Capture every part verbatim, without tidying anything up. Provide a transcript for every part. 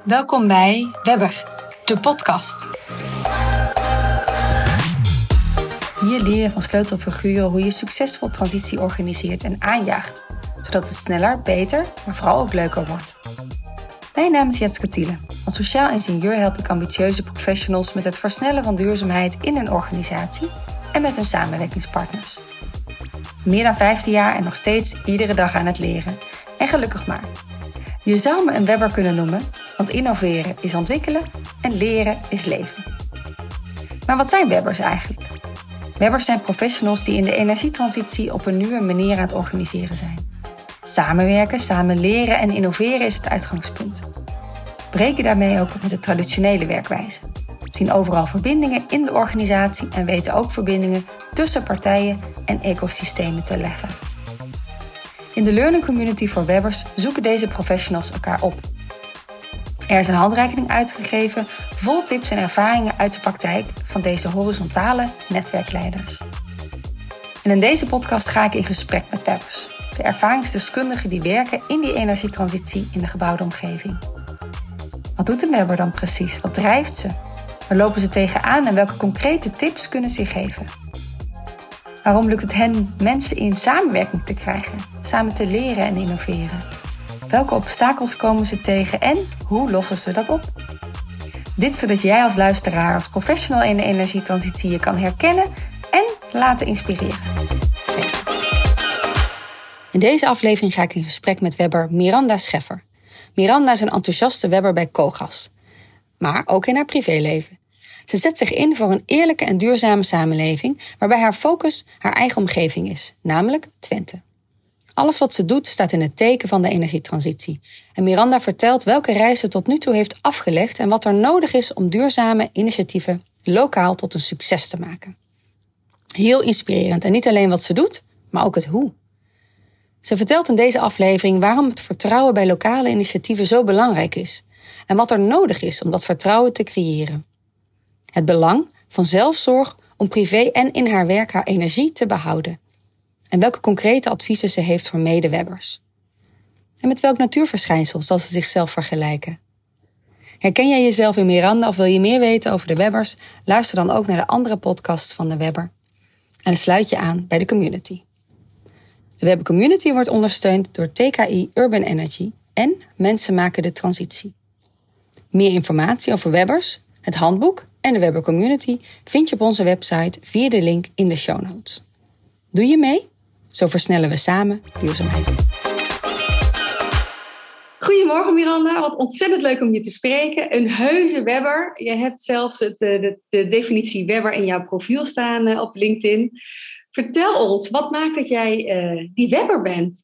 Welkom bij Webber, de podcast. Hier leer je van sleutelfiguren hoe je succesvol transitie organiseert en aanjaagt, zodat het sneller, beter, maar vooral ook leuker wordt. Mijn naam is Jetske Thiele. Als sociaal ingenieur help ik ambitieuze professionals met het versnellen van duurzaamheid in een organisatie en met hun samenwerkingspartners. Meer dan vijftien jaar en nog steeds iedere dag aan het leren. En gelukkig maar. Je zou me een Webber kunnen noemen, want innoveren is ontwikkelen en leren is leven. Maar wat zijn Webbers eigenlijk? Webbers zijn professionals die in de energietransitie op een nieuwe manier aan het organiseren zijn. Samenwerken, samen leren en innoveren is het uitgangspunt. Breken daarmee ook met de traditionele werkwijze. Zien overal verbindingen in de organisatie en weten ook verbindingen tussen partijen en ecosystemen te leggen. In de Learning Community voor Webbers zoeken deze professionals elkaar op. Er is een handreiking uitgegeven vol tips en ervaringen uit de praktijk van deze horizontale netwerkleiders. En in deze podcast ga ik in gesprek met Webbers, de ervaringsdeskundigen die werken in die energietransitie in de gebouwde omgeving. Wat doet een Webber dan precies? Wat drijft ze? Waar lopen ze tegenaan en welke concrete tips kunnen ze geven? Waarom lukt het hen mensen in samenwerking te krijgen, samen te leren en innoveren? Welke obstakels komen ze tegen en hoe lossen ze dat op? Dit zodat jij als luisteraar, als professional in de energietransitie je kan herkennen en laten inspireren. In deze aflevering ga ik in gesprek met Webber Miranda Scheffer. Miranda is een enthousiaste Webber bij Cogas, maar ook in haar privéleven. Ze zet zich in voor een eerlijke en duurzame samenleving waarbij haar focus haar eigen omgeving is, namelijk Twente. Alles wat ze doet staat in het teken van de energietransitie. En Miranda vertelt welke reis ze tot nu toe heeft afgelegd en wat er nodig is om duurzame initiatieven lokaal tot een succes te maken. Heel inspirerend en niet alleen wat ze doet, maar ook het hoe. Ze vertelt in deze aflevering waarom het vertrouwen bij lokale initiatieven zo belangrijk is en wat er nodig is om dat vertrouwen te creëren. Het belang van zelfzorg om privé en in haar werk haar energie te behouden. En welke concrete adviezen ze heeft voor medewebbers. En met welk natuurverschijnsel zal ze zichzelf vergelijken. Herken jij jezelf in Miranda of wil je meer weten over de Webbers? Luister dan ook naar de andere podcasts van de Webber. En sluit je aan bij de community. De Webber Community wordt ondersteund door T K I Urban Energy en Mensen maken de transitie. Meer informatie over Webbers, het handboek en de Webber Community vind je op onze website via de link in de show notes. Doe je mee? Zo versnellen we samen duurzaamheid. Goedemorgen Miranda, wat ontzettend leuk om je te spreken. Een heuse Webber. Je hebt zelfs het, de, de definitie Webber in jouw profiel staan op LinkedIn. Vertel ons, wat maakt dat jij uh, die Webber bent?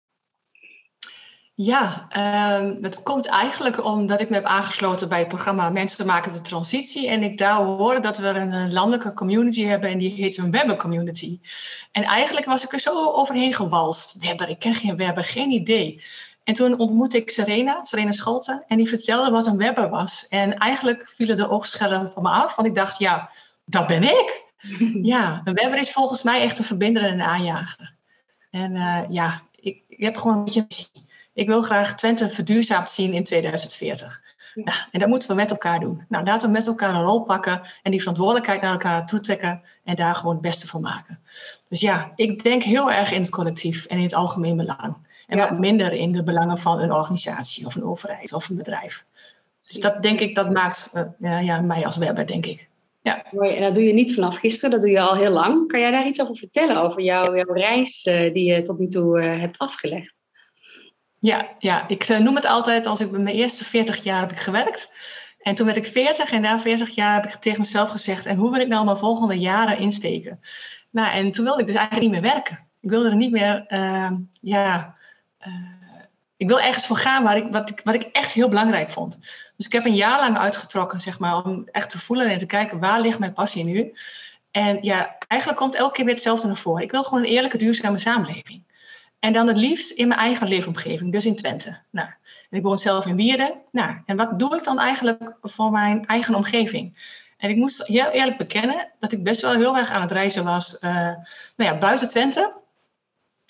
Ja, um, dat komt eigenlijk omdat ik me heb aangesloten bij het programma Mensen maken de transitie. En ik daar hoorde dat we een landelijke community hebben en die heet een Webber Community. En eigenlijk was ik er zo overheen gewalst. Webber, ik ken geen Webber, geen idee. En toen ontmoette ik Serena, Serena Scholten, en die vertelde wat een Webber was. En eigenlijk vielen de oogschellen van me af, want ik dacht, ja, dat ben ik. Ja, een Webber is volgens mij echt een verbinder en een aanjager. En uh, ja, ik, ik heb gewoon een beetje missie. Ik wil graag Twente verduurzaamd zien in tweeduizend veertig. Ja. Nou, en dat moeten we met elkaar doen. Nou, laten we met elkaar een rol pakken en die verantwoordelijkheid naar elkaar toetrekken en daar gewoon het beste van maken. Dus ja, ik denk heel erg in het collectief en in het algemeen belang. En ja. wat minder in de belangen van een organisatie of een overheid of een bedrijf. Dus dat denk ik, dat maakt uh, ja, mij als Webber, denk ik. Ja. Mooi, en dat doe je niet vanaf gisteren, dat doe je al heel lang. Kan jij daar iets over vertellen, over jouw, jouw reis uh, die je tot nu toe uh, hebt afgelegd? Ja, ja, ik uh, noem het altijd als ik bij mijn eerste veertig jaar heb ik gewerkt. En toen werd ik veertig en na veertig jaar heb ik tegen mezelf gezegd, en hoe wil ik nou mijn volgende jaren insteken? Nou, en toen wilde ik dus eigenlijk niet meer werken. Ik wilde er niet meer, uh, ja, uh, ik wil ergens voor gaan waar ik, wat, ik, wat ik echt heel belangrijk vond. Dus ik heb een jaar lang uitgetrokken, zeg maar, om echt te voelen en te kijken, waar ligt mijn passie nu? En ja, eigenlijk komt elke keer weer hetzelfde naar voren. Ik wil gewoon een eerlijke, duurzame samenleving. En dan het liefst in mijn eigen leefomgeving, dus in Twente. Nou, en ik woon zelf in Wierden. Nou, en wat doe ik dan eigenlijk voor mijn eigen omgeving? En ik moest heel eerlijk bekennen dat ik best wel heel erg aan het reizen was uh, nou ja, buiten Twente.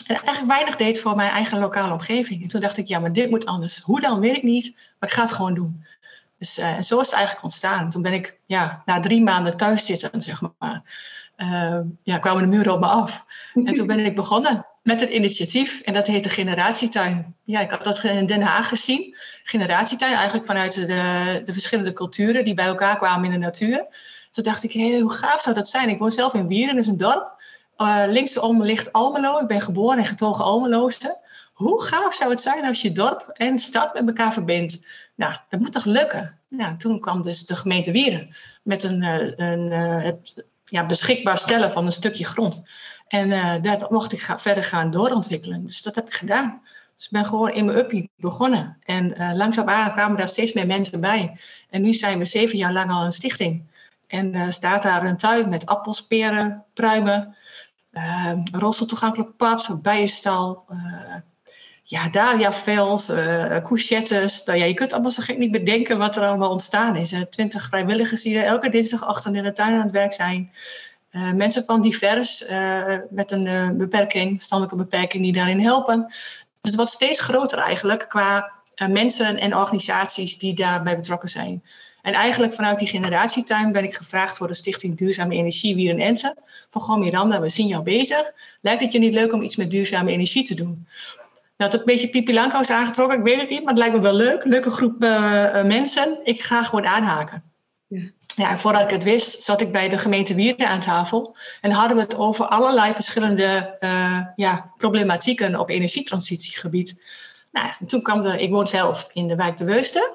En eigenlijk weinig deed voor mijn eigen lokale omgeving. En toen dacht ik, ja, maar dit moet anders. Hoe dan, weet ik niet, maar ik ga het gewoon doen. Dus uh, en zo is het eigenlijk ontstaan. Toen ben ik ja, na drie maanden thuis zitten, zeg maar, uh, ja, kwamen de muren op me af. En toen ben ik begonnen met het initiatief. En dat heet de Generatietuin. Ja, ik had dat in Den Haag gezien. Generatietuin, eigenlijk vanuit de, de verschillende culturen die bij elkaar kwamen in de natuur. Toen dacht ik, hey, hoe gaaf zou dat zijn? Ik woon zelf in Wieren, dus een dorp. Uh, linksom ligt Almelo. Ik ben geboren en getogen Almeloze. Hoe gaaf zou het zijn als je dorp en stad met elkaar verbindt? Nou, dat moet toch lukken? Nou, toen kwam dus de gemeente Wieren met een, een, een, het ja, beschikbaar stellen van een stukje grond. En uh, dat mocht ik ga, verder gaan doorontwikkelen. Dus dat heb ik gedaan. Dus ik ben gewoon in mijn uppie begonnen. En uh, langzaamaan kwamen daar steeds meer mensen bij. En nu zijn we zeven jaar lang al een stichting. En uh, staat daar een tuin met appels, peren, pruimen, uh, rolstoeltoegankelijk pad, bijenstal, uh, ja, dahliaveld, uh, couchettes. Nou, ja, je kunt allemaal zo gek niet bedenken wat er allemaal ontstaan is. Twintig uh, vrijwilligers die er elke dinsdagochtend in de tuin aan het werk zijn. Uh, mensen van divers, uh, met een uh, beperking, standelijke beperking, die daarin helpen. Dus het wordt steeds groter eigenlijk qua uh, mensen en organisaties die daarbij betrokken zijn. En eigenlijk vanuit die generatietuin ben ik gevraagd voor de Stichting Duurzame Energie Wieren Ente. Van goh Miranda, we zien jou bezig. Lijkt het je niet leuk om iets met duurzame energie te doen? Nou, het een beetje Pipi Langkous aangetrokken, ik weet het niet, maar het lijkt me wel leuk. Leuke groep uh, mensen. Ik ga gewoon aanhaken. Ja. Ja, en voordat ik het wist, zat ik bij de gemeente Wieren aan tafel. En hadden we het over allerlei verschillende uh, ja, problematieken op energietransitiegebied. Nou, en toen kwam er, ik woon zelf in de wijk de Weusten.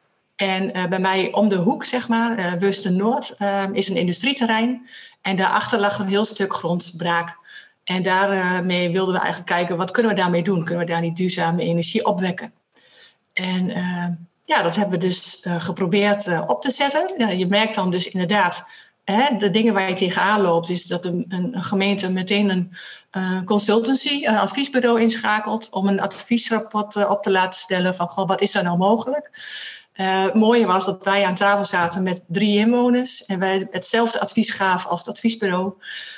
En uh, bij mij om de hoek, zeg maar, uh, Weusten Noord, uh, is een industrieterrein. En daarachter lag een heel stuk grondbraak. En daarmee uh, wilden we eigenlijk kijken, wat kunnen we daarmee doen? Kunnen we daar niet duurzame energie opwekken? En uh, ja, dat hebben we dus uh, geprobeerd uh, op te zetten. Ja, je merkt dan dus inderdaad, hè, de dingen waar je tegenaan loopt, is dat een, een gemeente meteen een uh, consultancy, een adviesbureau inschakelt om een adviesrapport uh, op te laten stellen van, goh, wat is er nou mogelijk? Uh, het mooie was dat wij aan tafel zaten met drie inwoners en wij hetzelfde advies gaven als het adviesbureau.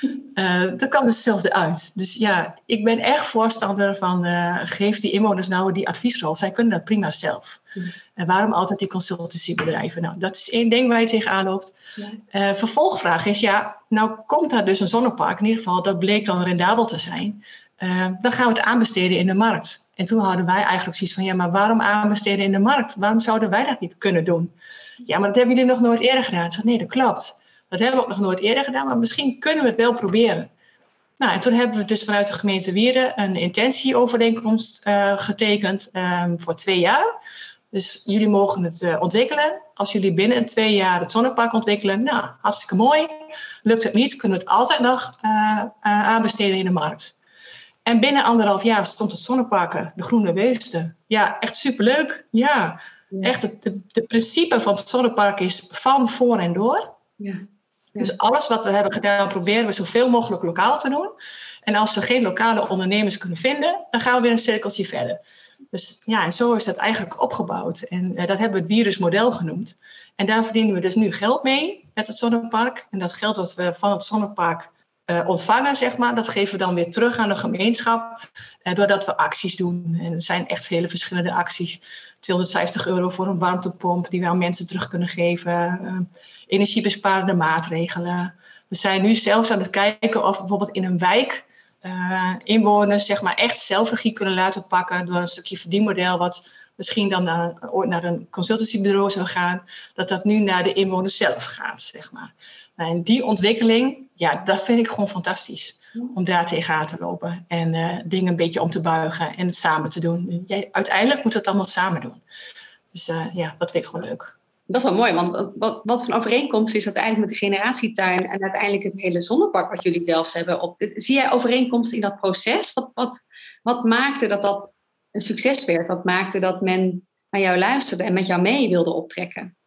Uh, dat kwam hetzelfde uit. Dus ja, ik ben echt voorstander van uh, geef die inwoners nou die adviesrol. Zij kunnen dat prima zelf. Mm. En waarom altijd die consultancybedrijven? Nou, dat is één ding waar je tegenaan loopt. Ja. Uh, vervolgvraag is, ja, nou komt daar dus een zonnepark, in ieder geval, dat bleek dan rendabel te zijn. Uh, dan gaan we het aanbesteden in de markt. En toen hadden wij eigenlijk zoiets van, ja, maar waarom aanbesteden in de markt? Waarom zouden wij dat niet kunnen doen? Ja, maar dat hebben jullie nog nooit eerder gedaan. Ik zei, nee, dat klopt. Dat hebben we ook nog nooit eerder gedaan, maar misschien kunnen we het wel proberen. Nou, en toen hebben we dus vanuit de gemeente Wieren een intentieovereenkomst uh, getekend um, voor twee jaar. Dus jullie mogen het uh, ontwikkelen. Als jullie binnen twee jaar het zonnepark ontwikkelen, nou, hartstikke mooi. Lukt het niet, kunnen we het altijd nog uh, uh, aanbesteden in de markt. En binnen anderhalf jaar stond het zonneparken, de Groene Weusten. Ja, echt superleuk. Ja, ja. Echt het de, de principe van het zonnepark is van, voor en door. Ja. Ja. Dus alles wat we hebben gedaan, proberen we zoveel mogelijk lokaal te doen. En als we geen lokale ondernemers kunnen vinden, dan gaan we weer een cirkeltje verder. Dus ja, en zo is dat eigenlijk opgebouwd. En uh, dat hebben we het virusmodel genoemd. En daar verdienen we dus nu geld mee met het zonnepark. En dat geld wat we van het zonnepark Uh, ontvangen, zeg maar, dat geven we dan weer terug aan de gemeenschap, uh, doordat we acties doen. En er zijn echt hele verschillende acties. tweehonderdvijftig euro voor een warmtepomp die we aan mensen terug kunnen geven. Uh, energiebesparende maatregelen. We zijn nu zelfs aan het kijken of bijvoorbeeld in een wijk uh, inwoners, zeg maar, echt zelfregie kunnen laten pakken door een stukje verdienmodel wat misschien dan naar, naar een consultancybureau zou gaan, dat dat nu naar de inwoners zelf gaat, zeg maar. En die ontwikkeling, ja, dat vind ik gewoon fantastisch. Om daar tegenaan te lopen. En uh, dingen een beetje om te buigen en het samen te doen. Jij, uiteindelijk moet het allemaal samen doen. Dus uh, ja, dat vind ik gewoon leuk. Dat is wel mooi, want wat, wat voor overeenkomst is uiteindelijk met de generatietuin en uiteindelijk het hele zonnepark wat jullie zelfs hebben. Op, zie jij overeenkomsten in dat proces? Wat, wat, wat maakte dat dat een succes werd? Wat maakte dat men naar jou luisterde en met jou mee wilde optrekken?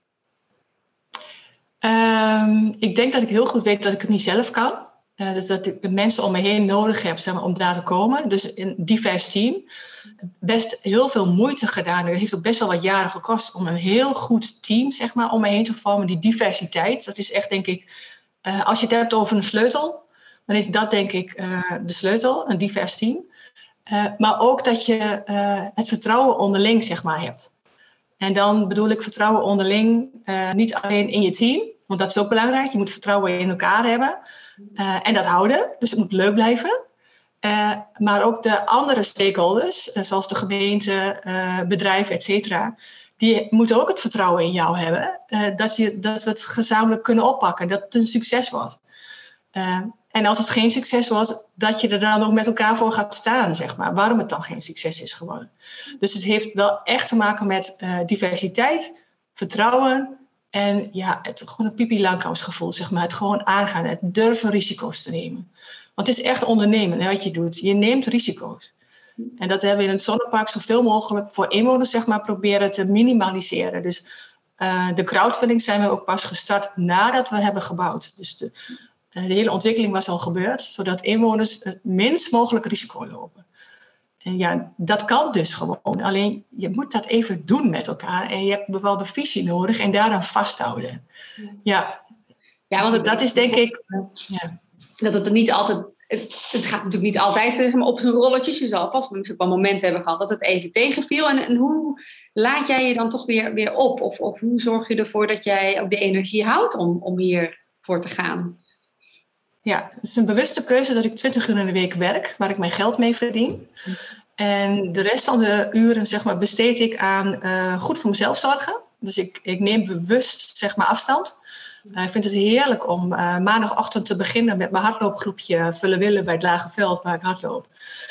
Um, ik denk dat ik heel goed weet dat ik het niet zelf kan. Uh, dus dat ik de mensen om me heen nodig heb, zeg maar, om daar te komen. Dus een divers team. Best heel veel moeite gedaan. Het heeft ook best wel wat jaren gekost om een heel goed team, zeg maar, om me heen te vormen. Die diversiteit, dat is echt, denk ik, uh, als je het hebt over een sleutel, dan is dat denk ik uh, de sleutel, een divers team. Uh, maar ook dat je uh, het vertrouwen onderling zeg maar hebt. En dan bedoel ik vertrouwen onderling, uh, niet alleen in je team, want dat is ook belangrijk. Je moet vertrouwen in elkaar hebben uh, en dat houden. Dus het moet leuk blijven. Uh, maar ook de andere stakeholders, uh, zoals de gemeente, uh, bedrijven, et cetera, die moeten ook het vertrouwen in jou hebben. Uh, dat, je, dat we het gezamenlijk kunnen oppakken, dat het een succes wordt. Uh, en als het geen succes wordt, dat je er dan ook met elkaar voor gaat staan, zeg maar. Waarom het dan geen succes is geworden. Dus het heeft wel echt te maken met uh, diversiteit, vertrouwen en ja, het, gewoon een Pipi Langkous gevoel, zeg maar. Het gewoon aangaan, het durven risico's te nemen. Want het is echt ondernemen, hè, wat je doet. Je neemt risico's. En dat hebben we in het zonnepark zoveel mogelijk voor inwoners, zeg maar, proberen te minimaliseren. Dus uh, de crowdfunding zijn we ook pas gestart nadat we hebben gebouwd. Dus de, uh, de hele ontwikkeling was al gebeurd, zodat inwoners het minst mogelijk risico lopen. En ja, dat kan dus gewoon. Alleen, je moet dat even doen met elkaar. En je hebt een bepaalde visie nodig en daaraan vasthouden. Ja, ja want het, dat is denk ik... Ja. Dat het niet altijd, het, het gaat natuurlijk niet altijd zeg maar, op zijn rolletjes. Je zal vast misschien wel momenten hebben gehad dat het even tegenviel. En, en hoe laat jij je dan toch weer, weer op? Of, of hoe zorg je ervoor dat jij ook de energie houdt om, om hiervoor te gaan? Ja, het is een bewuste keuze dat ik twintig uur in de week werk, waar ik mijn geld mee verdien. En de rest van de uren zeg maar, besteed ik aan uh, goed voor mezelf zorgen. Dus ik, ik neem bewust zeg maar, afstand. Uh, ik vind het heerlijk om uh, maandagochtend te beginnen met mijn hardloopgroepje Vullen Willen bij het Lage Veld waar ik hardloop.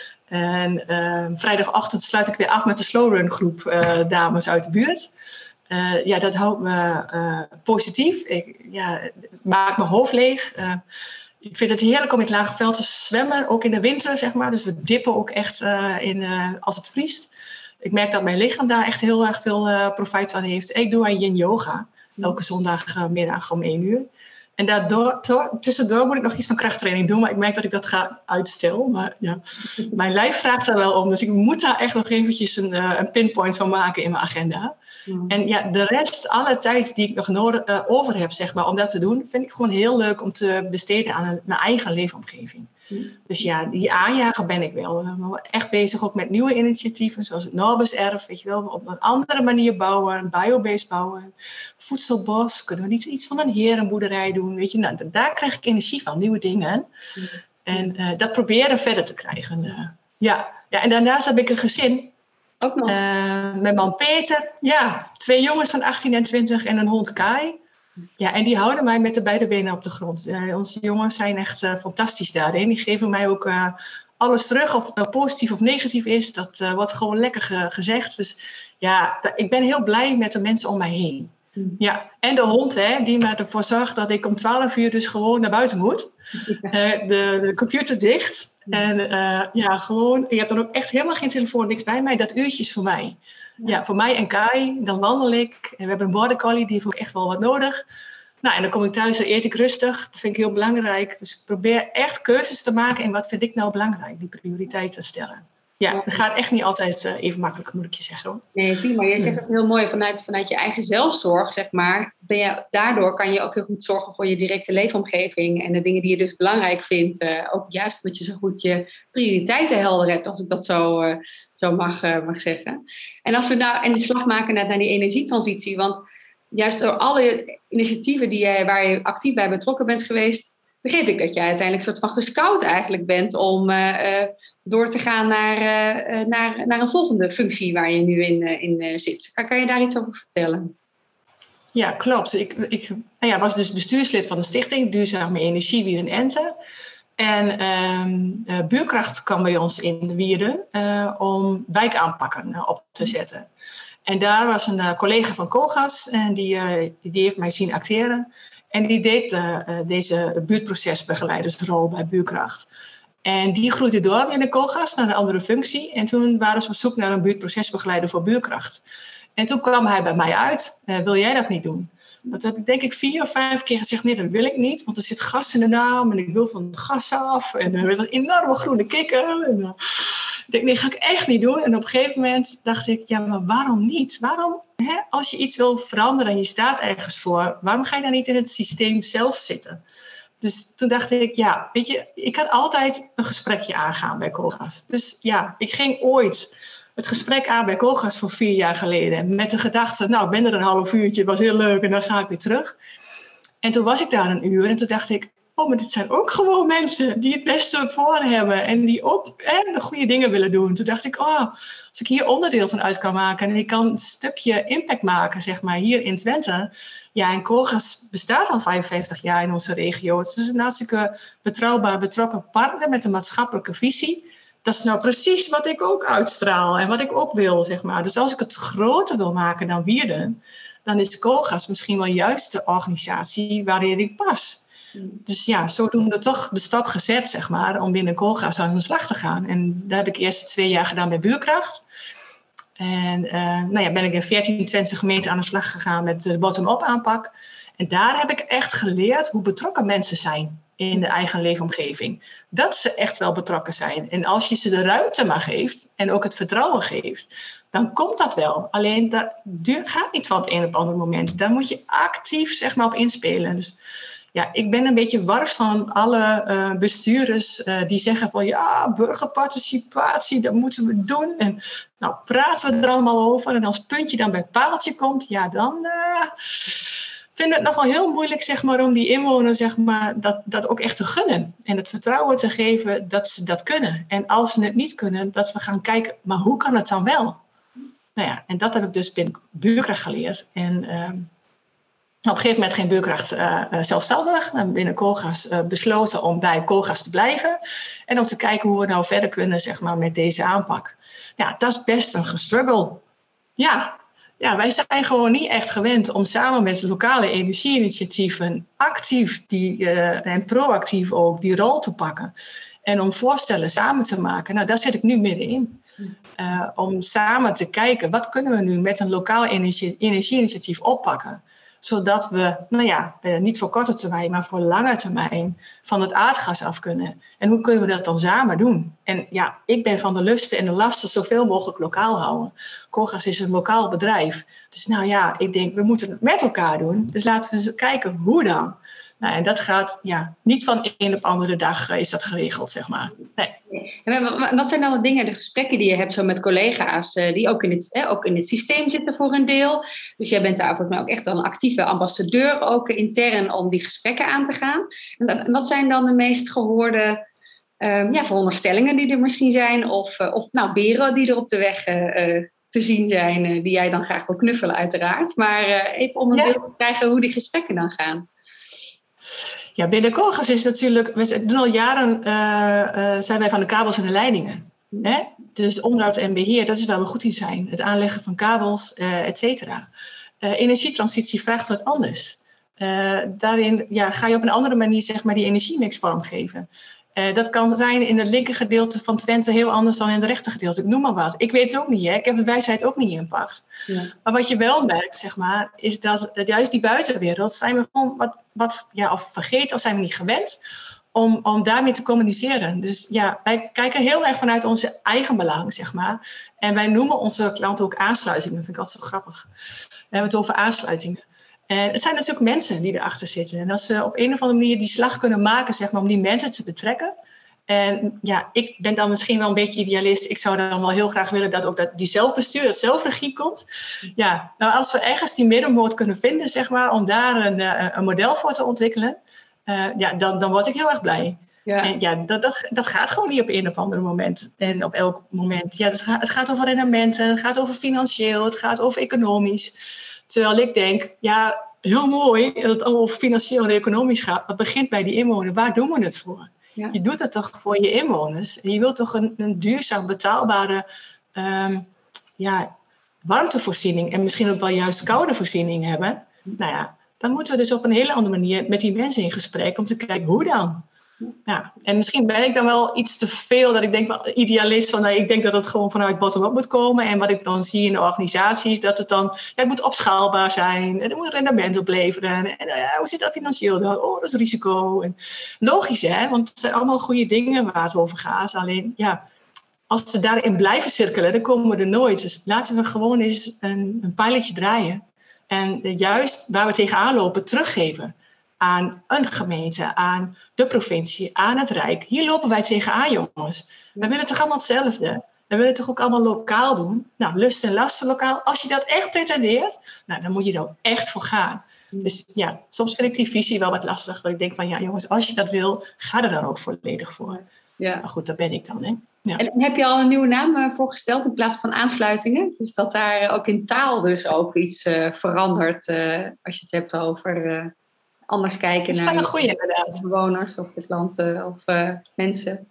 En uh, vrijdagochtend sluit ik weer af met de slowrun groep uh, dames uit de buurt. Uh, ja, dat houdt me uh, positief. Ik, ja, het maakt mijn hoofd leeg. Uh, ik vind het heerlijk om in het Lage Veld te zwemmen, ook in de winter zeg maar. Dus we dippen ook echt uh, in, uh, als het vriest. Ik merk dat mijn lichaam daar echt heel erg veel uh, profijt van heeft. Ik doe aan yin yoga. Elke zondagmiddag om één uur. En daardoor, tussendoor moet ik nog iets van krachttraining doen. Maar ik merk dat ik dat ga uitstel. Maar ja, mijn lijf vraagt daar wel om. Dus ik moet daar echt nog eventjes een, uh, een pinpoint van maken in mijn agenda. Mm. En ja, de rest, alle tijd die ik nog nodig, uh, over heb, zeg maar, om dat te doen, vind ik gewoon heel leuk om te besteden aan een, mijn eigen leefomgeving. Mm. Dus ja, die aanjager ben ik wel. We zijn echt bezig ook met nieuwe initiatieven, zoals het Norbuserf, weet je wel, op een andere manier bouwen, biobased bouwen, voedselbos, kunnen we niet iets van een herenboerderij doen, weet je, nou, daar krijg ik energie van, nieuwe dingen. Mm. En uh, dat proberen verder te krijgen. Uh, ja. ja, en daarnaast heb ik een gezin. Ook nog? Uh, mijn man Peter, ja, twee jongens van achttien en twintig en een hond Kai. Ja, en die houden mij met de beide benen op de grond. Uh, onze jongens zijn echt uh, fantastisch daarin. Die geven mij ook uh, alles terug, of het nou positief of negatief is. Dat uh, wordt gewoon lekker ge- gezegd. Dus ja, d- ik ben heel blij met de mensen om mij heen. Mm. Ja, en de hond, hè, die me ervoor zorgt dat ik om twaalf uur dus gewoon naar buiten moet. Uh, de, de computer dicht. Mm. En uh, ja, gewoon, ik heb dan ook echt helemaal geen telefoon, niks bij mij. Dat uurtje is voor mij. Ja. ja, voor mij en Kai, dan wandel ik. En we hebben een border collie, die heeft ook echt wel wat nodig. Nou, en dan kom ik thuis en eet ik rustig. Dat vind ik heel belangrijk. Dus ik probeer echt keuzes te maken in wat vind ik nou belangrijk, die prioriteiten stellen. Ja, dat gaat echt niet altijd uh, even makkelijk, moet ik je zeggen. Hoor. Nee, Tien, maar jij zegt het heel mooi. Vanuit, vanuit je eigen zelfzorg, zeg maar, ben je, daardoor kan je ook heel goed zorgen voor je directe leefomgeving en de dingen die je dus belangrijk vindt. Uh, ook juist omdat je zo goed je prioriteiten helder hebt, als ik dat zo, uh, zo mag, uh, mag zeggen. En als we nou in de slag maken naar, naar die energietransitie, want juist door alle initiatieven die jij, waar je actief bij betrokken bent geweest, begreep ik dat jij uiteindelijk een soort van gescout eigenlijk bent om uh, uh, door te gaan naar, uh, naar, naar een volgende functie waar je nu in, uh, in uh, zit. Kan, kan je daar iets over vertellen? Ja, klopt. Ik, ik nou ja, was dus bestuurslid van de stichting Duurzame Energie Wieren Ente. En um, uh, Buurkracht kwam bij ons in Wieren uh, om wijkaanpakken uh, op te zetten. En daar was een uh, collega van Koolgas en die, uh, die heeft mij zien acteren. En die deed uh, deze buurtprocesbegeleidersrol bij Buurkracht. En die groeide door binnen Koolgas naar een andere functie. En toen waren ze op zoek naar een buurtprocesbegeleider voor Buurkracht. En toen kwam hij bij mij uit. Uh, wil jij dat niet doen? Dat heb ik denk ik vier of vijf keer gezegd. Nee, dat wil ik niet. Want er zit gas in de naam. En ik wil van het gas af. En er werd een enorme groene kikker. En, uh, ik denk, nee, ga ik echt niet doen. En op een gegeven moment dacht ik, ja, maar waarom niet? Waarom, hè, als je iets wil veranderen en je staat ergens voor, waarom ga je dan niet in het systeem zelf zitten? Dus toen dacht ik, ja, weet je, ik kan altijd een gesprekje aangaan bij Colgas. Dus ja, ik ging ooit het gesprek aan bij Colgas voor vier jaar geleden. Met de gedachte, nou, ik ben er een half uurtje, was heel leuk en dan ga ik weer terug. En toen was ik daar een uur en toen dacht ik, oh, maar dit zijn ook gewoon mensen die het beste voor hebben. En die ook hè, de goede dingen willen doen. Toen dacht ik, oh, als ik hier onderdeel van uit kan maken en ik kan een stukje impact maken, zeg maar, hier in Twente. Ja, en Colgas bestaat al vijfenvijftig jaar in onze regio. Het is een hartstikke betrouwbaar, betrokken partner met een maatschappelijke visie. Dat is nou precies wat ik ook uitstraal en wat ik ook wil, zeg maar. Dus als ik het groter wil maken dan Wierden, dan is Colgas misschien wel juist de organisatie waarin ik pas. Dus ja, zodoende toch de stap gezet, zeg maar, om binnen Colgas aan de slag te gaan. En dat heb ik eerst twee jaar gedaan bij Buurkracht. En uh, nou ja, ben ik in veertien Twentse gemeenten aan de slag gegaan met de bottom-up aanpak. En daar heb ik echt geleerd hoe betrokken mensen zijn in de eigen leefomgeving. Dat ze echt wel betrokken zijn. En als je ze de ruimte maar geeft en ook het vertrouwen geeft, dan komt dat wel. Alleen dat duurt, gaat niet van het een op het andere moment. Daar moet je actief, zeg maar, op inspelen. Dus ja, ik ben een beetje wars van alle uh, bestuurders uh, die zeggen van ja, burgerparticipatie, dat moeten we doen. En nou praten we er allemaal over. En als het puntje dan bij paaltje komt, ja, dan uh, vind ik het nog wel heel moeilijk, zeg maar, om die inwoners, zeg maar, dat, dat ook echt te gunnen. En het vertrouwen te geven dat ze dat kunnen. En als ze het niet kunnen, dat we gaan kijken, maar hoe kan het dan wel? Nou ja, en dat heb ik dus binnen Buurkracht geleerd. En Uh, op een gegeven moment ging Buurkracht uh, zelfstandig. En binnen Colgas uh, besloten om bij Colgas te blijven. En om te kijken hoe we nou verder kunnen, zeg maar, met deze aanpak. Ja, dat is best een gestruggle. Ja, ja, wij zijn gewoon niet echt gewend om samen met lokale energieinitiatieven actief die, uh, en proactief ook die rol te pakken. En om voorstellen samen te maken. Nou, daar zit ik nu middenin. Uh, om samen te kijken, wat kunnen we nu met een lokaal energie, energieinitiatief oppakken? Zodat we, nou ja, eh, niet voor korte termijn, maar voor lange termijn van het aardgas af kunnen. En hoe kunnen we dat dan samen doen? En ja, ik ben van de lusten en de lasten zoveel mogelijk lokaal houden. Colgas is een lokaal bedrijf. Dus nou ja, ik denk, we moeten het met elkaar doen. Dus laten we eens kijken hoe dan. Nou, en dat gaat, ja, niet van de een op de andere dag uh, is dat geregeld, zeg maar. Nee. En wat zijn dan de dingen, de gesprekken die je hebt zo met collega's, uh, die ook in, het, eh, ook in het systeem zitten voor een deel? Dus jij bent daar volgens mij ook echt wel een actieve ambassadeur, ook intern, om die gesprekken aan te gaan. En wat zijn dan de meest gehoorde um, ja, veronderstellingen die er misschien zijn? Of, uh, of nou, beren die er op de weg uh, te zien zijn, uh, die jij dan graag wil knuffelen, uiteraard. Maar uh, even om een ja. beeld te krijgen hoe die gesprekken dan gaan. Ja, binnen Colgas is natuurlijk, we doen al jaren, uh, uh, zijn wij van de kabels en de leidingen. Hè? Dus onderhoud en beheer, dat is waar we goed in zijn. Het aanleggen van kabels, uh, et cetera. Uh, energietransitie vraagt wat anders. Uh, daarin ja, ga je op een andere manier, zeg maar, die energiemix vormgeven. Uh, dat kan zijn in het linker gedeelte van Twente heel anders dan in het rechter gedeelte. Ik noem maar wat. Ik weet het ook niet, hè? Ik heb de wijsheid ook niet in pacht. Ja. Maar wat je wel merkt, zeg maar, is dat juist die buitenwereld zijn we gewoon wat, wat ja, of vergeten of zijn we niet gewend om, om daarmee te communiceren. Dus ja, wij kijken heel erg vanuit onze eigen belang, zeg maar. En wij noemen onze klanten ook aansluitingen. Dat vind ik altijd zo grappig. We hebben het over aansluitingen. En het zijn natuurlijk mensen die erachter zitten. En als ze op een of andere manier die slag kunnen maken, zeg maar, om die mensen te betrekken. En ja, ik ben dan misschien wel een beetje idealist. Ik zou dan wel heel graag willen dat ook dat die zelfbestuur, dat zelfregie komt. Ja, nou als we ergens die middenmoot kunnen vinden, zeg maar, om daar een, een model voor te ontwikkelen. Uh, ja, dan, dan word ik heel erg blij. Ja. En ja, dat, dat, dat gaat gewoon niet op een of ander moment. En op elk moment. Ja, het gaat, het gaat over rendementen, het gaat over financieel, het gaat over economisch. Terwijl ik denk, ja, heel mooi dat het allemaal over financieel en economisch gaat. Maar het begint bij die inwoner. Waar doen we het voor? Ja. Je doet het toch voor je inwoners. En je wilt toch een, een duurzaam, betaalbare um, ja, warmtevoorziening. En misschien ook wel juist koude voorziening hebben. Nou ja, dan moeten we dus op een hele andere manier met die mensen in gesprek. Om te kijken, hoe dan? Ja, en misschien ben ik dan wel iets te veel dat ik denk, wel idealist van, nou, ik denk dat het gewoon vanuit bottom-up moet komen. En wat ik dan zie in de organisaties, dat het dan, ja, het moet opschaalbaar zijn. En het moet rendement opleveren. En uh, hoe zit dat financieel dan? Oh, dat is risico. En logisch, hè, want het zijn allemaal goede dingen waar het over gaat. Alleen, ja, als ze daarin blijven cirkelen, dan komen we er nooit. Dus laten we gewoon eens een, een pijletje draaien. En uh, juist waar we tegenaan lopen, teruggeven. aan een gemeente, aan de provincie, aan het Rijk. Hier lopen wij tegenaan, jongens. We willen toch allemaal hetzelfde? We willen toch ook allemaal lokaal doen? Nou, lust en lasten lokaal. Als je dat echt pretendeert, nou, dan moet je er ook echt voor gaan. Dus ja, soms vind ik die visie wel wat lastig. Dat ik denk van, ja jongens, als je dat wil, ga er dan ook volledig voor. Ja. Maar goed, dat ben ik dan, hè. Ja. En heb je al een nieuwe naam uh, voorgesteld in plaats van aansluitingen? Dus dat daar uh, ook in taal dus ook iets uh, verandert uh, als je het hebt over uh, anders kijken naar een goeie, inderdaad. bewoners of de klanten of uh, mensen.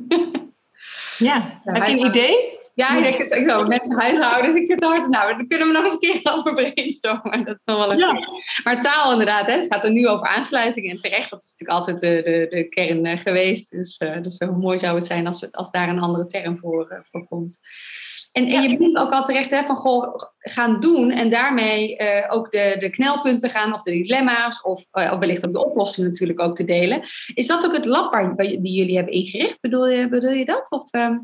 Ja, ja, heb je een idee? Ja, ik denk het ook zo. Mensen, huishoudens, ik zit te hard. Nou, daar kunnen we nog eens een keer over brainstormen. Dat is nog wel een ja. Maar taal inderdaad, hè, het gaat er nu over aansluitingen. En terecht, dat is natuurlijk altijd de, de, de kern uh, geweest. Dus, uh, dus hoe mooi zou het zijn als, als daar een andere term voor, uh, voor komt. En, en je bent ook al terecht hè, van goh, gaan doen en daarmee uh, ook de, de knelpunten gaan of de dilemma's of, uh, of wellicht ook de oplossingen natuurlijk ook te delen. Is dat ook het lab waar, die jullie hebben ingericht? Bedoel je, bedoel je dat? Of... Uh,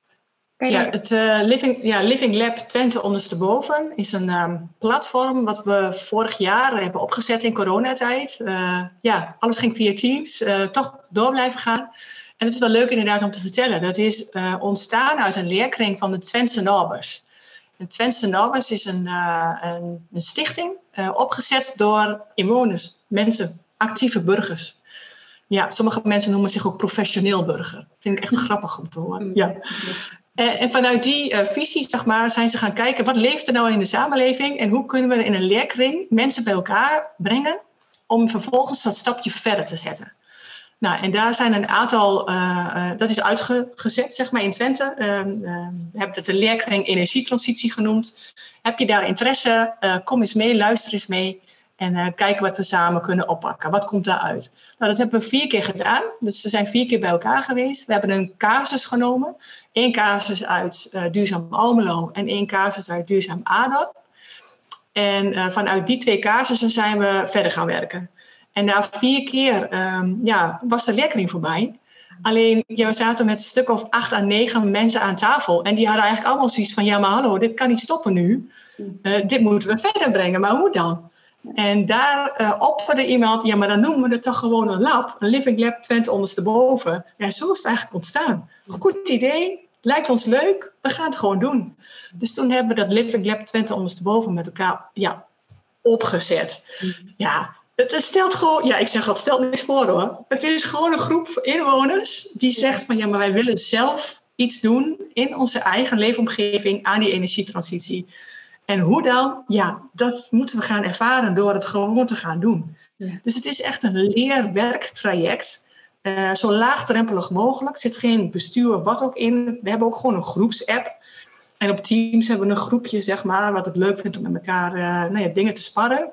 Ja, het uh, Living, ja, Living Lab Twente ondersteboven is een um, platform wat we vorig jaar hebben opgezet in coronatijd. Uh, ja, alles ging via Teams, uh, toch door blijven gaan. En het is wel leuk inderdaad om te vertellen. Dat is uh, ontstaan uit een leerkring van de Twentse Norbers. De Twentse Norbers is een, uh, een, een stichting uh, opgezet door inwoners, mensen, actieve burgers. Ja, sommige mensen noemen zich ook professioneel burger. Vind ik echt grappig om te horen. Ja. En, en vanuit die uh, visie, zeg maar, zijn ze gaan kijken wat leeft er nou in de samenleving en hoe kunnen we in een leerkring mensen bij elkaar brengen om vervolgens dat stapje verder te zetten. Nou, en daar zijn een aantal, uh, uh, dat is uitgezet, zeg maar, in Twente. Uh, uh, we hebben het de leerkring energietransitie genoemd. Heb je daar interesse? Uh, kom eens mee, luister eens mee. En uh, kijken wat we samen kunnen oppakken. Wat komt daaruit? Nou, dat hebben we vier keer gedaan. Dus we zijn vier keer bij elkaar geweest. We hebben een casus genomen. Eén casus uit uh, Duurzaam Almelo en één casus uit Duurzaam Adorp. En uh, vanuit die twee casussen zijn we verder gaan werken. En na vier keer um, ja, was de leerkring voorbij. Alleen, ja, we zaten met een stuk of acht à negen mensen aan tafel. En die hadden eigenlijk allemaal zoiets van, ja maar hallo, dit kan niet stoppen nu. Uh, dit moeten we verder brengen, maar hoe dan? En daar uh, opperde iemand, ja maar dan noemen we het toch gewoon een lab. Een Living Lab Twente ondersteboven. Ja, zo is het eigenlijk ontstaan. Goed idee, lijkt ons leuk, we gaan het gewoon doen. Dus toen hebben we dat Living Lab Twente ondersteboven met elkaar ja, opgezet. Ja, het stelt gewoon, ja ik zeg al, stelt niks voor hoor. Het is gewoon een groep inwoners die zegt van ja maar wij willen zelf iets doen in onze eigen leefomgeving aan die energietransitie. En hoe dan? Ja, dat moeten we gaan ervaren door het gewoon te gaan doen. Ja. Dus het is echt een leerwerktraject. Uh, zo laagdrempelig mogelijk. Er zit geen bestuur wat ook in. We hebben ook gewoon een groepsapp. En op Teams hebben we een groepje, zeg maar, wat het leuk vindt om met elkaar uh, nou ja, dingen te sparren.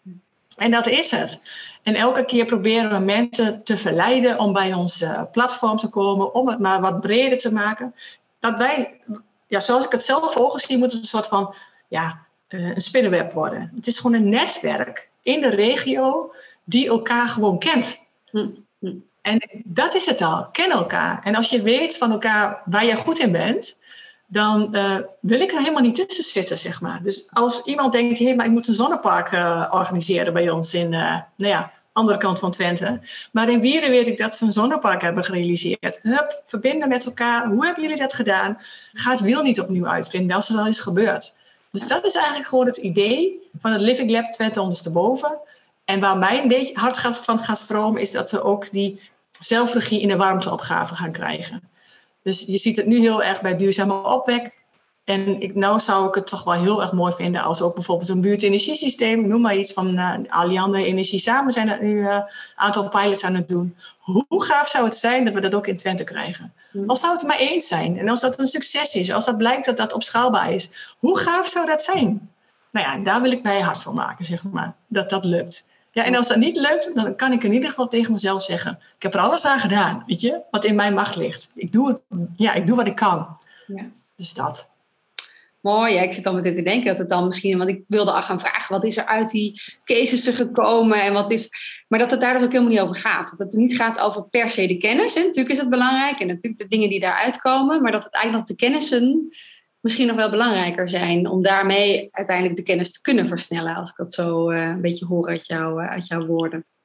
En dat is het. En elke keer proberen we mensen te verleiden om bij ons uh, platform te komen, om het maar wat breder te maken. Dat wij, ja, zoals ik het zelf ogen zie, moet het een soort van ja, uh, een spinnenweb worden. Het is gewoon een netwerk in de regio die elkaar gewoon kent. Hm. Hm. En dat is het al. Ken elkaar. En als je weet van elkaar waar jij goed in bent, dan uh, wil ik er helemaal niet tussen zitten, zeg maar. Dus als iemand denkt, hé, maar ik moet een zonnepark uh, organiseren bij ons in, uh, nou ja, andere kant van Twente. Maar in Wieren weet ik dat ze een zonnepark hebben gerealiseerd. Hup, verbinden met elkaar. Hoe hebben jullie dat gedaan? Ga het wiel niet opnieuw uitvinden als het al is gebeurd. Dus dat is eigenlijk gewoon het idee van het Living Lab Twente ondersteboven. En waar mij een beetje hard van gaat stromen, is dat we ook die zelfregie in de warmteopgave gaan krijgen. Dus je ziet het nu heel erg bij duurzame opwek. En ik, nou zou ik het toch wel heel erg mooi vinden als ook bijvoorbeeld een buurtenergiesysteem, noem maar iets van uh, Alliander Energie samen zijn er nu een uh, aantal pilots aan het doen. Hoe, hoe gaaf zou het zijn dat we dat ook in Twente krijgen? Hmm. Al zou het er maar eens zijn en als dat een succes is, als dat blijkt dat dat opschaalbaar is, hoe gaaf zou dat zijn? Nou ja, daar wil ik mij hard van maken, zeg maar, dat dat lukt. Ja, en als dat niet lukt, dan kan ik in ieder geval tegen mezelf zeggen, ik heb er alles aan gedaan, weet je, wat in mijn macht ligt. Ik doe, het, ja, ik doe wat ik kan. Ja. Dus dat. Mooi, ja, ik zit al meteen te denken dat het dan misschien, want ik wilde al gaan vragen, wat is er uit die cases er gekomen en wat is, maar dat het daar dus ook helemaal niet over gaat. Dat het niet gaat over per se de kennis, hè. Natuurlijk is het belangrijk en natuurlijk de dingen die daaruit komen, maar dat het eigenlijk nog de kennissen misschien nog wel belangrijker zijn om daarmee uiteindelijk de kennis te kunnen versnellen, als ik dat zo uh, een beetje hoor uit, jou, uh, uit jouw woorden.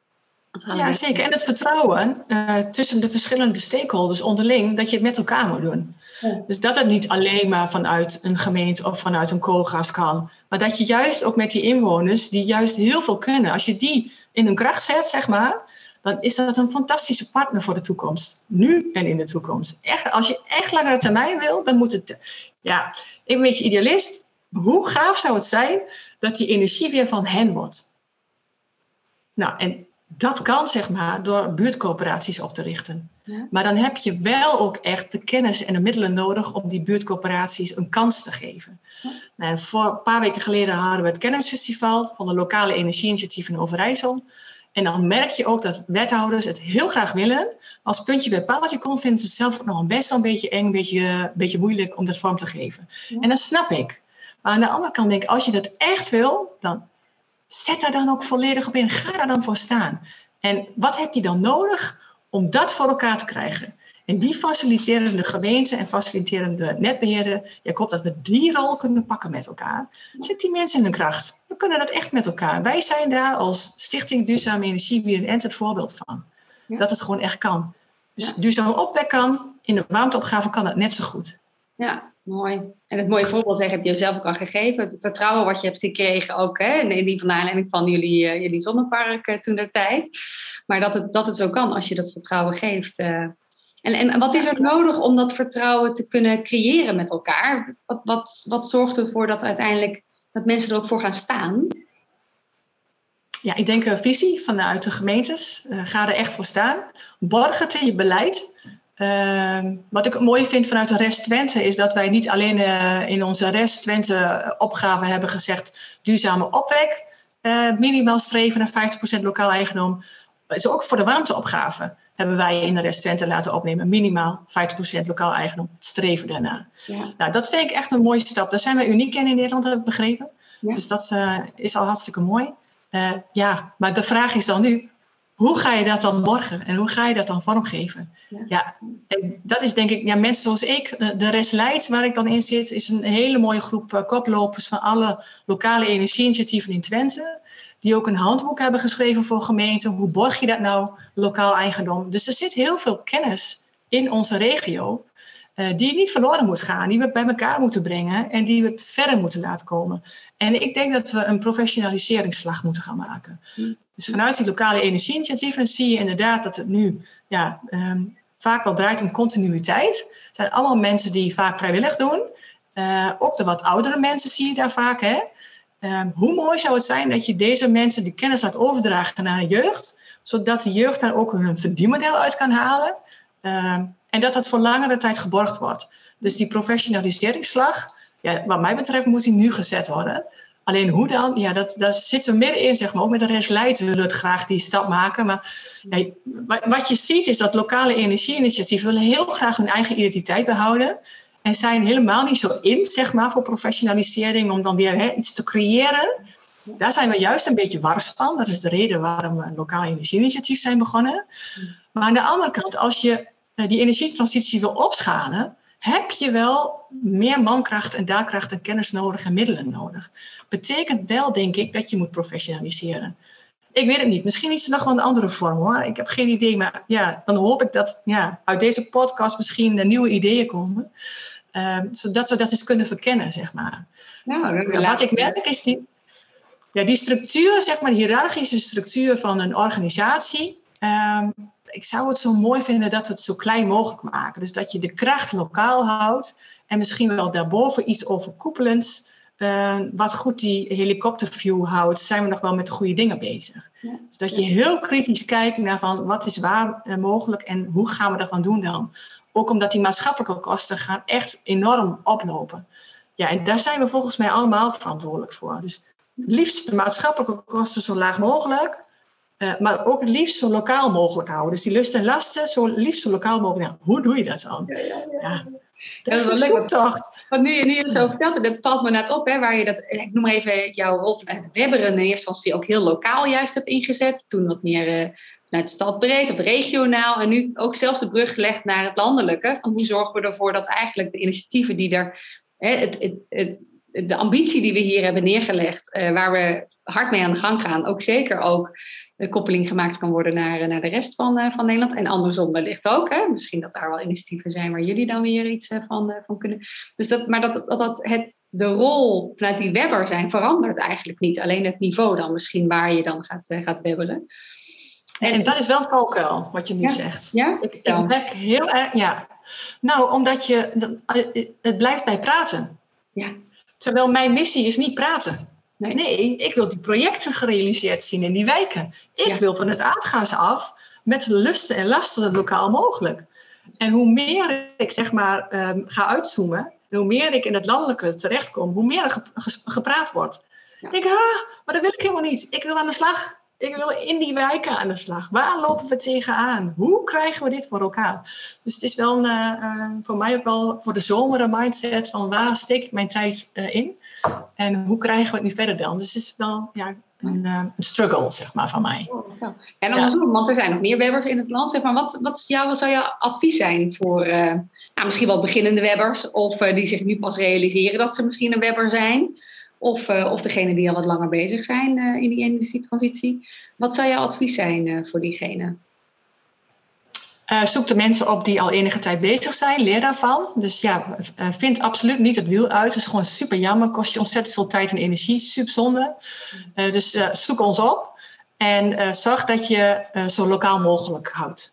Ja, zeker. En het vertrouwen uh, tussen de verschillende stakeholders onderling, dat je het met elkaar moet doen. Ja. Dus dat het niet alleen maar vanuit een gemeente of vanuit een koolgas kan. Maar dat je juist ook met die inwoners, die juist heel veel kunnen, als je die in hun kracht zet, zeg maar, dan is dat een fantastische partner voor de toekomst. Nu en in de toekomst. Echt, als je echt langere termijn wil, dan moet het... Ja, ik ben een beetje idealist. Hoe gaaf zou het zijn dat die energie weer van hen wordt? Nou, en dat kan, zeg maar, door buurtcoöperaties op te richten. Ja. Maar dan heb je wel ook echt de kennis en de middelen nodig om die buurtcoöperaties een kans te geven. Ja. Nou, voor een paar weken geleden hadden we het kennisfestival van de lokale energieinitiatieven in Overijssel. En dan merk je ook dat wethouders het heel graag willen. Als puntje bij paaltje komt, vinden ze het zelf ook nog best wel een beetje eng, een beetje, een beetje moeilijk om dat vorm te geven. Ja. En dat snap ik. Maar aan de andere kant denk ik, als je dat echt wil, dan zet daar dan ook volledig op in. Ga daar dan voor staan. En wat heb je dan nodig om dat voor elkaar te krijgen? En die faciliterende gemeente en faciliterende netbeheerder, ik hoop dat we die rol kunnen pakken met elkaar. Zet die mensen in hun kracht. We kunnen dat echt met elkaar. Wij zijn daar als Stichting Duurzame Energie weer een ent het voorbeeld van. Ja. Dat het gewoon echt kan. Dus ja. duurzame opwek kan, in de warmteopgave kan dat net zo goed. Ja, mooi. En het mooie voorbeeld heb je zelf ook al gegeven. Het vertrouwen wat je hebt gekregen ook, hè, die van de aanleiding van jullie, uh, jullie zonnepark uh, toen der tijd. Maar dat het, dat het zo kan als je dat vertrouwen geeft. Uh. En, en wat is er nodig om dat vertrouwen te kunnen creëren met elkaar? Wat, wat, wat zorgt ervoor dat uiteindelijk dat mensen er ook voor gaan staan? Ja, ik denk een visie vanuit de gemeentes. Uh, ga er echt voor staan. Borg het in je beleid. Uh, wat ik mooi vind vanuit de Rest Twente is dat wij niet alleen uh, in onze Rest Twente opgave hebben gezegd duurzame opwek, uh, minimaal streven naar vijftig procent lokaal eigendom. Dus ook voor de warmteopgave hebben wij in de Rest Twente laten opnemen minimaal vijftig procent lokaal eigendom, streven daarna. Ja. Nou, dat vind ik echt een mooie stap. Daar zijn we uniek in in Nederland, heb ik begrepen. Ja. Dus dat uh, is al hartstikke mooi. Uh, ja, maar de vraag is dan nu, hoe ga je dat dan borgen en hoe ga je dat dan vormgeven? Ja, ja en dat is denk ik, ja, mensen zoals ik, de Rest Leidt, waar ik dan in zit, is een hele mooie groep uh, koplopers van alle lokale energieinitiatieven in Twente, die ook een handboek hebben geschreven voor gemeenten. Hoe borg je dat nou, lokaal eigendom? Dus er zit heel veel kennis in onze regio, uh, die niet verloren moet gaan, die we bij elkaar moeten brengen en die we verder moeten laten komen. En ik denk dat we een professionaliseringsslag moeten gaan maken. Mm. Dus vanuit die lokale energieinitiatieven zie je inderdaad dat het nu ja, um, vaak wel draait om continuïteit. Het zijn allemaal mensen die vaak vrijwillig doen. Uh, ook de wat oudere mensen zie je daar vaak. Hè? Um, hoe mooi zou het zijn dat je deze mensen die kennis laat overdragen naar de jeugd, zodat de jeugd daar ook hun verdienmodel uit kan halen. Um, en dat dat voor langere tijd geborgd wordt. Dus die professionaliseringsslag, ja, wat mij betreft moet die nu gezet worden. Alleen hoe dan? Ja, dat, daar zitten we middenin, zeg maar. Ook met de Rest Leidt willen we het graag die stap maken. Maar ja, wat je ziet is dat lokale energieinitiatieven willen heel graag hun eigen identiteit behouden. En zijn helemaal niet zo in, zeg maar, voor professionalisering, om dan weer hè, iets te creëren. Daar zijn we juist een beetje wars van. Dat is de reden waarom we een lokaal energieinitiatief zijn begonnen. Maar aan de andere kant, als je die energietransitie wil opschalen, heb je wel meer mankracht en daadkracht en kennis nodig en middelen nodig. Betekent wel, denk ik, dat je moet professionaliseren. Ik weet het niet. Misschien is er nog wel een andere vorm, hoor. Ik heb geen idee, maar ja, dan hoop ik dat ja, uit deze podcast misschien nieuwe ideeën komen. Um, zodat we dat eens kunnen verkennen, zeg maar. Nou, ja, wat ik merk is die, ja, die structuur, zeg maar, de hiërarchische structuur van een organisatie. Um, ik zou het zo mooi vinden dat we het zo klein mogelijk maken. Dus dat je de kracht lokaal houdt en misschien wel daarboven iets overkoepelends. Uh, wat goed die helikopterview houdt, zijn we nog wel met de goede dingen bezig. Ja. Dus dat je heel kritisch kijkt naar van wat is waar uh, mogelijk en hoe gaan we dat dan doen dan. Ook omdat die maatschappelijke kosten gaan echt enorm oplopen. Ja, en daar zijn we volgens mij allemaal verantwoordelijk voor. Dus het liefst de maatschappelijke kosten zo laag mogelijk. Uh, maar ook het liefst zo lokaal mogelijk houden. Dus die lusten en lasten zo liefst zo lokaal mogelijk. Nou, hoe doe je dat dan? Ja, ja, ja. Ja. Dat, dat is een zoektocht. Want nu, nu je het zo vertelt, dat valt me net op, hè, waar je dat, ik noem maar even jouw rol van het webberen in eerste instantie ook heel lokaal juist hebt ingezet. Toen wat meer uh, vanuit de stad breed, of regionaal. En nu ook zelfs de brug gelegd naar het landelijke. Van hoe zorgen we ervoor dat eigenlijk de initiatieven die er, hè, het, het, het, de ambitie die we hier hebben neergelegd, uh, waar we hard mee aan de gang gaan. Ook zeker ook de koppeling gemaakt kan worden naar, naar de rest van, uh, van Nederland. En andersom wellicht ook. Hè? Misschien dat daar wel initiatieven zijn waar jullie dan weer iets uh, van, uh, van kunnen. Dus dat, maar dat, dat, dat het, de rol vanuit die webber zijn verandert eigenlijk niet. Alleen het niveau dan misschien waar je dan gaat, uh, gaat webbelen. En, en dat is wel valkuil, wat je nu ja, zegt. Ja? Ik, ik merk heel erg, ja. Nou, omdat je, het blijft bij praten. Ja. Terwijl mijn missie is niet praten. Nee. nee, ik wil die projecten gerealiseerd zien in die wijken. Ik ja. wil van het aardgas af met de lusten en lasten zo lokaal mogelijk. En hoe meer ik zeg maar um, ga uitzoomen, en hoe meer ik in het landelijke terechtkom, hoe meer er ge- ge- gepraat wordt. Ja. Ik denk, ah, maar dat wil ik helemaal niet. Ik wil aan de slag. Ik wil in die wijken aan de slag. Waar lopen we tegenaan? Hoe krijgen we dit voor elkaar? Dus het is wel een, uh, voor mij ook wel voor de zomer een mindset van waar steek ik mijn tijd uh, in? En hoe krijgen we het nu verder dan? Dus het is wel ja, een, uh, een struggle, zeg maar, van mij. Oh, zo. En andersom, ja. want er zijn nog meer webbers in het land. Zeg maar, wat, wat, is jou, wat zou jouw advies zijn voor uh, nou, misschien wel beginnende webbers? Of uh, die zich nu pas realiseren dat ze misschien een webber zijn? Of, uh, of degenen die al wat langer bezig zijn uh, in die energietransitie. Wat zou jouw advies zijn uh, voor diegene? Uh, zoek de mensen op die al enige tijd bezig zijn. Leer daarvan. Dus ja, uh, vind absoluut niet het wiel uit. Het is gewoon super jammer. Kost je ontzettend veel tijd en energie. Super zonde. Uh, dus uh, zoek ons op. En uh, zorg dat je uh, zo lokaal mogelijk houdt.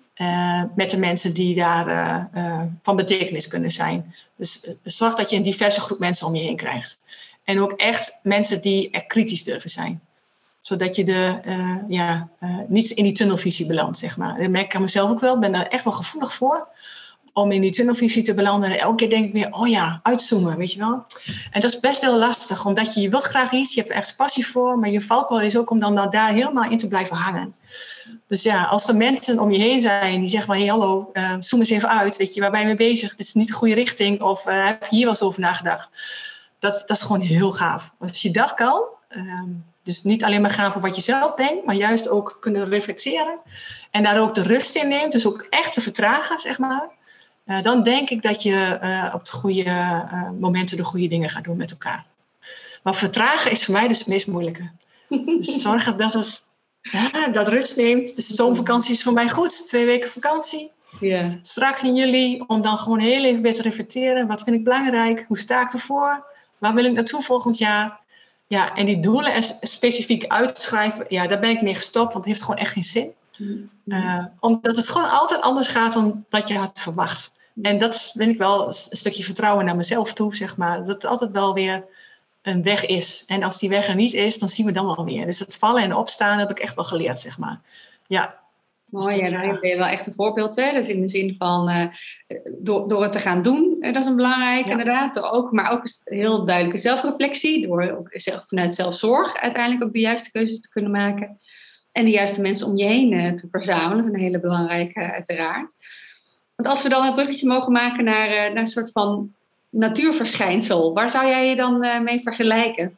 Uh, met de mensen die daar uh, uh, van betekenis kunnen zijn. Dus uh, zorg dat je een diverse groep mensen om je heen krijgt. En ook echt mensen die er kritisch durven zijn. Zodat je de, uh, ja, uh, niet in die tunnelvisie belandt, zeg maar. Dat merk ik aan mezelf ook wel. Ik ben daar echt wel gevoelig voor. Om in die tunnelvisie te belanden. En elke keer denk ik weer, oh ja, uitzoomen, weet je wel. En dat is best heel lastig. Omdat je, je wilt graag iets, je hebt er echt passie voor. Maar je valkuil is ook om dan daar helemaal in te blijven hangen. Dus ja, als er mensen om je heen zijn die zeggen van, hé hey, hallo, uh, zoom eens even uit. Weet je, waar ben je mee bezig? Dit is niet de goede richting. Of uh, heb je hier wel eens over nagedacht? Dat, dat is gewoon heel gaaf. Als je dat kan, um, dus niet alleen maar gaan voor wat je zelf denkt, maar juist ook kunnen reflecteren. En daar ook de rust in neemt, dus ook echt te vertragen, zeg maar. Uh, dan denk ik dat je uh, op de goede uh, momenten de goede dingen gaat doen met elkaar. Maar vertragen is voor mij dus het meest moeilijke. Dus zorgen dat het ja, dat rust neemt. Dus de zomervakantie is voor mij goed. Twee weken vakantie. Yeah. Straks in juli, om dan gewoon heel even weer te reflecteren. Wat vind ik belangrijk? Hoe sta ik ervoor? Waar wil ik naartoe volgend jaar? Ja, en die doelen er specifiek uitschrijven, ja, daar ben ik mee gestopt, want het heeft gewoon echt geen zin. Mm-hmm. Uh, omdat het gewoon altijd anders gaat dan dat je had verwacht. En dat vind ik wel een stukje vertrouwen naar mezelf toe, zeg maar. Dat het altijd wel weer een weg is. En als die weg er niet is, dan zien we dan wel weer. Dus het vallen en opstaan heb ik echt wel geleerd, zeg maar. Ja. Mooi, ja, daar ben je wel echt een voorbeeld. Hè? Dus in de zin van uh, door, door het te gaan doen, uh, dat is een belangrijk ja. inderdaad. Door ook, maar ook een heel duidelijke zelfreflectie. Door ook zelf, vanuit zelfzorg uiteindelijk ook de juiste keuzes te kunnen maken. En de juiste mensen om je heen uh, te verzamelen. Dat is een hele belangrijke uh, uiteraard. Want als we dan een bruggetje mogen maken naar, uh, naar een soort van natuurverschijnsel. Waar zou jij je dan uh, mee vergelijken?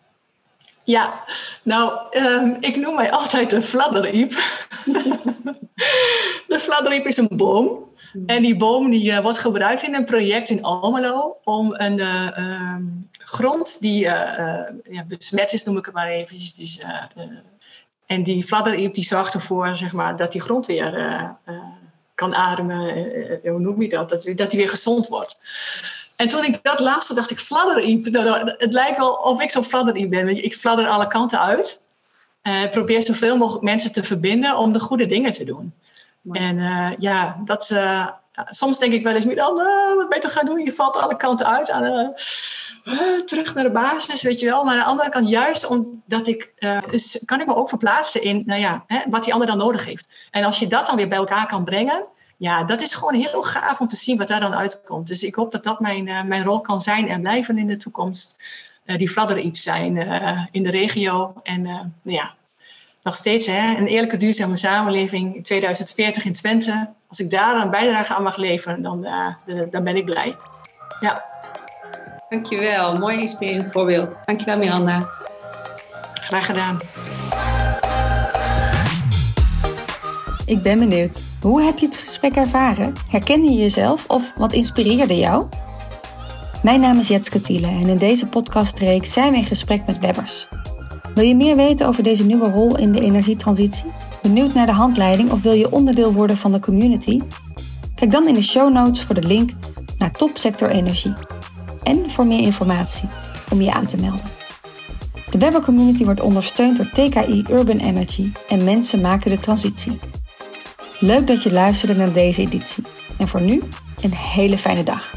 Ja, nou, um, ik noem mij altijd een fladderriep. De fladderriep is een boom. En die boom die, uh, wordt gebruikt in een project in Almelo om een uh, um, grond die uh, uh, ja, besmet is, noem ik het maar even. Dus, uh, uh, en die fladderriep die zorgt ervoor, zeg maar, dat die grond weer uh, uh, kan ademen. Uh, uh, hoe noem je dat? Dat, dat die weer gezond wordt. En toen ik dat laatste dacht ik, fladderriep. Nou, het lijkt wel of ik zo'n fladderriep ben. Ik fladder alle kanten uit. Ik uh, probeer zoveel mogelijk mensen te verbinden om de goede dingen te doen. Mooi. En uh, ja, dat, uh, soms denk ik wel eens, dan, uh, wat ben je toch gaan doen? Je valt alle kanten uit. Aan, uh, uh, terug naar de basis, weet je wel. Maar aan de andere kant, juist omdat ik, uh, dus kan ik me ook verplaatsen in nou ja, hè, wat die ander dan nodig heeft. En als je dat dan weer bij elkaar kan brengen. Ja, dat is gewoon heel gaaf om te zien wat daar dan uitkomt. Dus ik hoop dat dat mijn, uh, mijn rol kan zijn en blijven in de toekomst. Uh, die fladderriep zijn uh, in de regio. En uh, ja, nog steeds hè, een eerlijke duurzame samenleving in tweeduizend veertig in Twente. Als ik daar een bijdrage aan mag leveren, dan, uh, de, dan ben ik blij. Ja. Dankjewel, mooi inspirerend voorbeeld. Dankjewel Miranda. Graag gedaan. Ik ben benieuwd. Hoe heb je het gesprek ervaren? Herkende je jezelf of wat inspireerde jou? Mijn naam is Jetske Thiele en in deze podcastreeks zijn we in gesprek met webbers. Wil je meer weten over deze nieuwe rol in de energietransitie? Benieuwd naar de handleiding of wil je onderdeel worden van de community? Kijk dan in de show notes voor de link naar Topsector Energie. En voor meer informatie om je aan te melden. De Webber Community wordt ondersteund door T K I Urban Energy en Mensen maken de transitie. Leuk dat je luisterde naar deze editie. En voor nu, een hele fijne dag.